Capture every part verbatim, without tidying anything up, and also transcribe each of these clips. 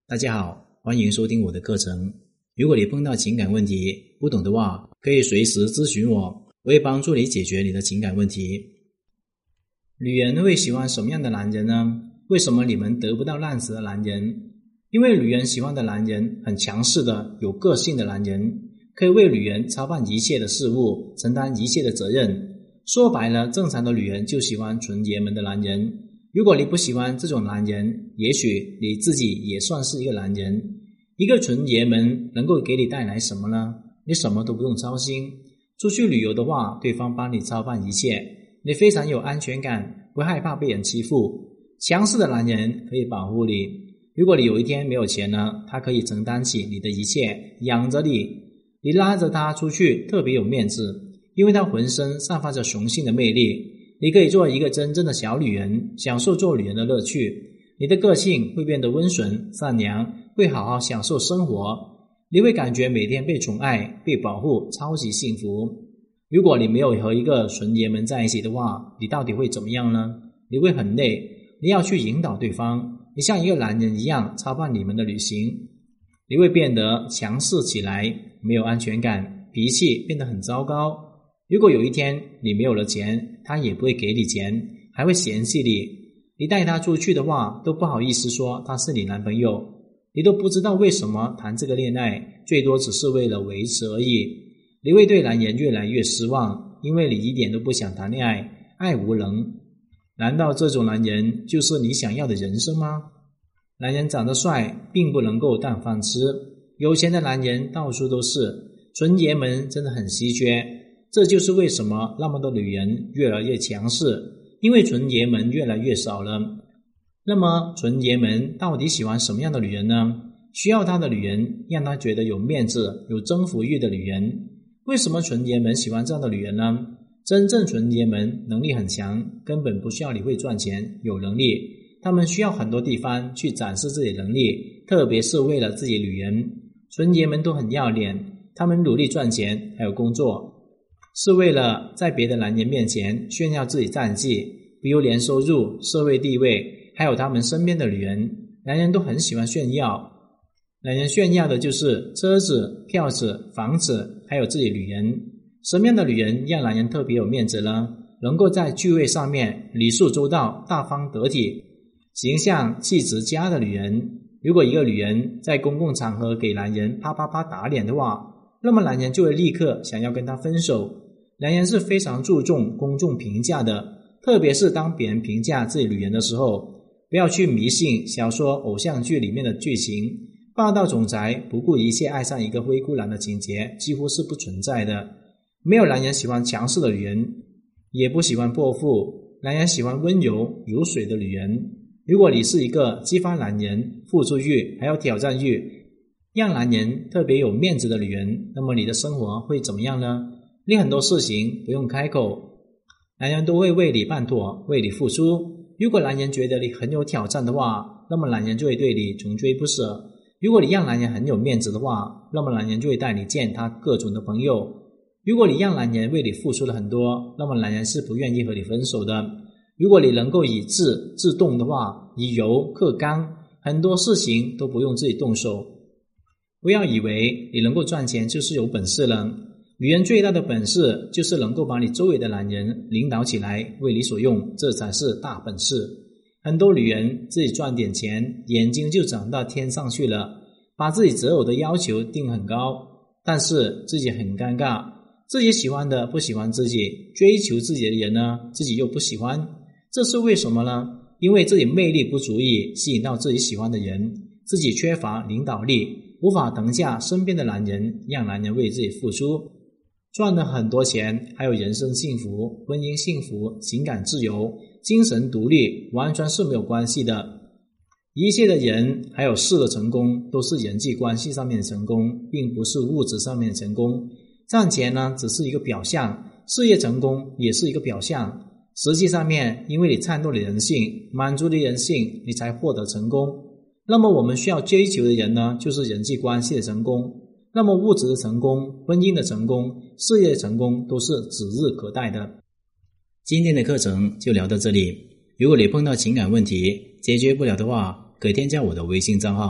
大家好，欢迎收听我的课程。如果你碰到情感问题不懂的话，可以随时咨询我，我会帮助你解决你的情感问题。女人会喜欢什么样的男人呢？为什么你们得不到烂死的男人？因为女人喜欢的男人很强势的、有个性的男人，可以为女人操办一切的事务，承担一切的责任。说白了，正常的女人就喜欢纯爷们的男人。如果你不喜欢这种男人，也许你自己也算是一个男人。一个纯爷们能够给你带来什么呢？你什么都不用操心。出去旅游的话，对方帮你操办一切，你非常有安全感，不害怕被人欺负。强势的男人可以保护你。如果你有一天没有钱了，他可以承担起你的一切，养着你。你拉着他出去特别有面子，因为他浑身散发着雄性的魅力。你可以做一个真正的小女人，享受做女人的乐趣。你的个性会变得温顺、善良，会好好享受生活。你会感觉每天被宠爱、被保护，超级幸福。如果你没有和一个纯爷们在一起的话，你到底会怎么样呢？你会很累，你要去引导对方，你像一个男人一样操办你们的旅行。你会变得强势起来，没有安全感，脾气变得很糟糕。如果有一天你没有了钱，他也不会给你钱，还会嫌弃你。你带他出去的话，都不好意思说他是你男朋友。你都不知道为什么谈这个恋爱，最多只是为了维持而已。你会对男人越来越失望，因为你一点都不想谈恋爱，爱无能。难道这种男人就是你想要的人生吗？男人长得帅并不能够当饭吃，有钱的男人到处都是，纯爷们真的很稀缺。这就是为什么那么多女人越来越强势，因为纯爷们越来越少了。那么纯爷们到底喜欢什么样的女人呢？需要他的女人，让他觉得有面子、有征服欲的女人。为什么纯爷们喜欢这样的女人呢？真正纯爷们能力很强，根本不需要你会赚钱、有能力，他们需要很多地方去展示自己的能力，特别是为了自己女人。纯爷们都很要脸，他们努力赚钱还有工作，是为了在别的男人面前炫耀自己战绩，比如年收入、社会地位，还有他们身边的女人。男人都很喜欢炫耀，男人炫耀的就是车子、票子、房子，还有自己女人。什么样的女人让男人特别有面子呢？能够在聚会上面礼数周到、大方得体、形象气质佳的女人。如果一个女人在公共场合给男人啪啪啪打脸的话，那么男人就会立刻想要跟她分手。男人是非常注重公众评价的，特别是当别人评价自己女人的时候，不要去迷信小说、偶像剧里面的剧情，霸道总裁不顾一切爱上一个灰姑娘的情节几乎是不存在的。没有男人喜欢强势的女人，也不喜欢泼妇，男人喜欢温柔如水的女人。如果你是一个激发男人付出欲还有挑战欲，让男人特别有面子的女人，那么你的生活会怎么样呢？你很多事情不用开口，男人都会为你办妥，为你付出。如果男人觉得你很有挑战的话，那么男人就会对你穷追不舍。如果你让男人很有面子的话，那么男人就会带你见他各种的朋友。如果你让男人为你付出了很多，那么男人是不愿意和你分手的。如果你能够以智制动的话，以柔克刚，很多事情都不用自己动手。不要以为你能够赚钱就是有本事了，女人最大的本事就是能够把你周围的男人领导起来，为你所用，这才是大本事。很多女人自己赚点钱，眼睛就长到天上去了，把自己择偶的要求定很高，但是自己很尴尬，自己喜欢的不喜欢自己，追求自己的人呢，自己又不喜欢。这是为什么呢？因为自己魅力不足以吸引到自己喜欢的人，自己缺乏领导力，无法腾下身边的男人，让男人为自己付出。赚了很多钱，还有人生幸福、婚姻幸福、情感自由、精神独立，完全是没有关系的。一切的人还有事的成功，都是人际关系上面的成功，并不是物质上面的成功。赚钱呢，只是一个表象，事业成功也是一个表象。实际上面，因为你颤动了人性，满足了人性，你才获得成功。那么我们需要追求的人呢，就是人际关系的成功。那么物质的成功、婚姻的成功、事业的成功都是指日可待的。今天的课程就聊到这里，如果你碰到情感问题解决不了的话，可以添加我的微信账号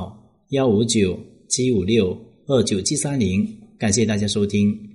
幺五九七五六二九七三零，感谢大家收听。